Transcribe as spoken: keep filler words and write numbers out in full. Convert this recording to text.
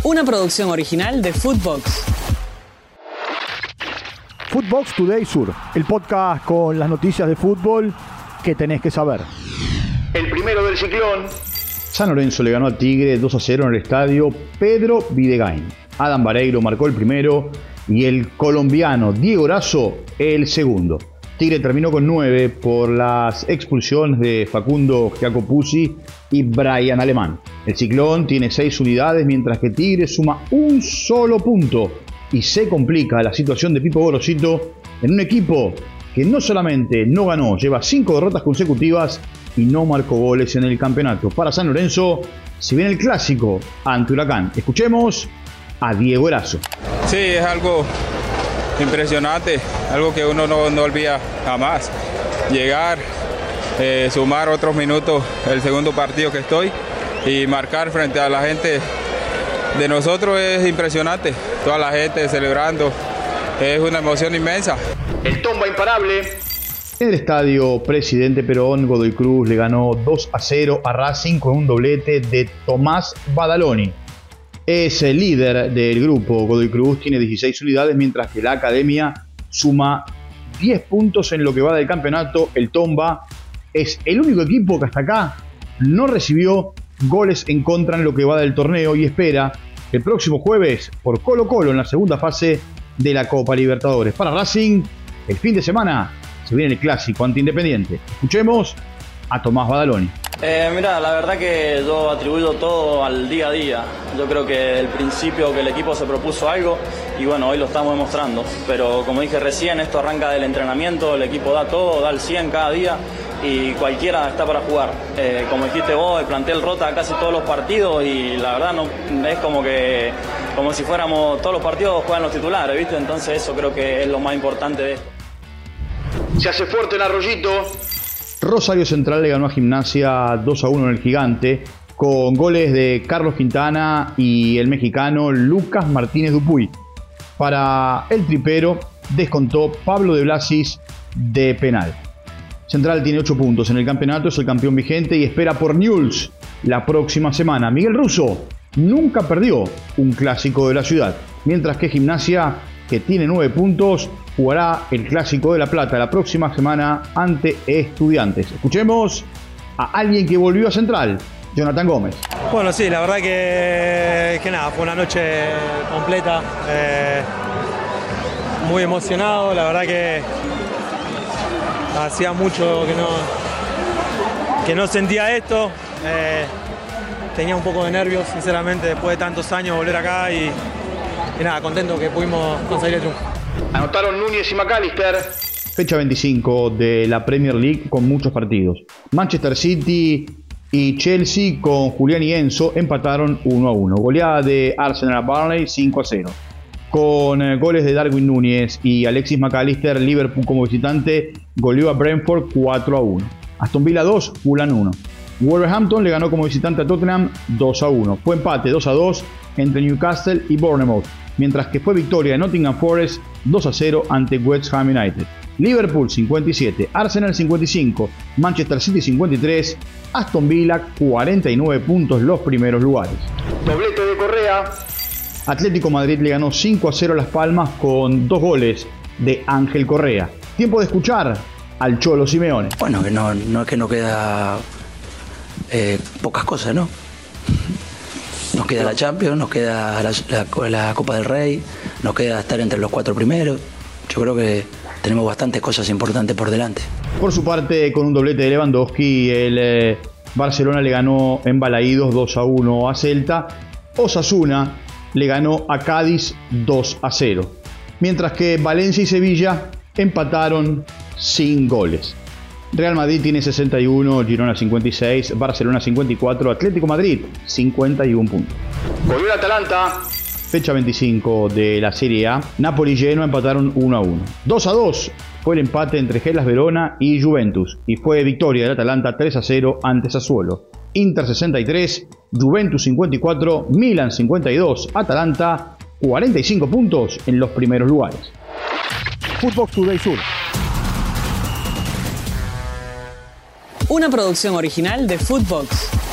Una producción original de Footbox. Footbox Today Sur, el podcast con las noticias de fútbol que tenés que saber. El primero del ciclón. San Lorenzo le ganó a Tigre dos a cero en el estadio Pedro Videgain. Adam Vareiro marcó el primero y el colombiano Diego Erazo el segundo. Tigre terminó con nueve por las expulsiones de Facundo Giacopuzzi y Brian Alemán. El ciclón tiene seis unidades, mientras que Tigre suma un solo punto y se complica la situación de Pipo Gorosito en un equipo que no solamente no ganó, lleva cinco derrotas consecutivas y no marcó goles en el campeonato. Para San Lorenzo, si viene el clásico ante Huracán. Escuchemos a Diego Erazo. Sí, es algo impresionante, algo que uno no, no olvida jamás. Llegar, eh, sumar otros minutos el segundo partido que estoy y marcar frente a la gente de nosotros es impresionante. Toda la gente celebrando, es una emoción inmensa. El Tomba imparable. En el estadio Presidente Perón, Godoy Cruz le ganó dos a cero a Racing con un doblete de Tomás Badaloni. Es el líder del grupo. Godoy Cruz tiene dieciséis unidades, mientras que la Academia suma diez puntos en lo que va del campeonato. El Tomba es el único equipo que hasta acá no recibió goles en contra en lo que va del torneo y espera el próximo jueves por Colo Colo en la segunda fase de la Copa Libertadores. Para Racing, el fin de semana se viene el clásico ante Independiente. Escuchemos a Tomás Badaloni. Eh, mira, la verdad que yo atribuyo todo al día a día. Yo creo que el principio que el equipo se propuso algo y bueno, hoy lo estamos demostrando. Pero como dije recién, esto arranca del entrenamiento, el equipo da todo, da el cien cada día y cualquiera está para jugar. Eh, como dijiste vos, el plantel rota casi todos los partidos y la verdad no es como que como si fuéramos todos los partidos juegan los titulares, ¿viste? Entonces eso creo que es lo más importante de esto. Se hace fuerte el Arroyito. Rosario Central le ganó a Gimnasia dos a uno en el Gigante con goles de Carlos Quintana y el mexicano Lucas Martínez Dupuy. Para el tripero descontó Pablo de Blasis de penal. Central tiene ocho puntos en el campeonato, es el campeón vigente y espera por Newell's la próxima semana. Miguel Russo nunca perdió un clásico de la ciudad, mientras que Gimnasia, que tiene nueve puntos, jugará el Clásico de La Plata la próxima semana ante Estudiantes. Escuchemos a alguien que volvió a Central, Jonathan Gómez. Bueno, sí, la verdad que, que nada, fue una noche completa, eh, muy emocionado, la verdad que hacía mucho que no, que no sentía esto, eh, tenía un poco de nervios, sinceramente, después de tantos años volver acá y, y nada, contento que pudimos conseguir el triunfo. Anotaron Núñez y McAllister. Fecha veinticinco de la Premier League con muchos partidos. Manchester City y Chelsea con Julián y Enzo empataron uno a uno. Goleada de Arsenal a Burnley cinco a cero. Con eh, goles de Darwin Núñez y Alexis McAllister, Liverpool como visitante goleó a Brentford cuatro a uno. Aston Villa dos, Fulham uno. Wolverhampton le ganó como visitante a Tottenham dos a uno. Fue empate dos a dos entre Newcastle y Bournemouth, mientras que fue victoria de Nottingham Forest dos a cero ante West Ham United. Liverpool cincuenta y siete, Arsenal cincuenta y cinco, Manchester City cincuenta y tres, Aston Villa cuarenta y nueve puntos, los primeros lugares. Doblete de Correa. Atlético Madrid le ganó cinco a cero a Las Palmas con dos goles de Ángel Correa. Tiempo de escuchar al Cholo Simeone. Bueno, que no, no es que no queda eh, pocas cosas, ¿no? Nos queda la Champions, nos queda la, la, la Copa del Rey, nos queda estar entre los cuatro primeros. Yo creo que tenemos bastantes cosas importantes por delante. Por su parte, con un doblete de Lewandowski, el eh, Barcelona le ganó en Balaídos dos a uno a Celta. Osasuna le ganó a Cádiz dos a cero. Mientras que Valencia y Sevilla empataron sin goles. Real Madrid tiene sesenta y uno, Girona cincuenta y seis, Barcelona cincuenta y cuatro, Atlético Madrid cincuenta y uno puntos. Volvió el Atalanta. Fecha veinticinco de la Serie A, Napoli y Genoa empataron uno a uno. dos a dos fue el empate entre Hellas Verona y Juventus y fue victoria del Atalanta tres a cero ante Sassuolo. Inter sesenta y tres, Juventus cincuenta y cuatro, Milan cincuenta y dos, Atalanta cuarenta y cinco puntos en los primeros lugares. Footbox Today Sur. Una producción original de Footbox.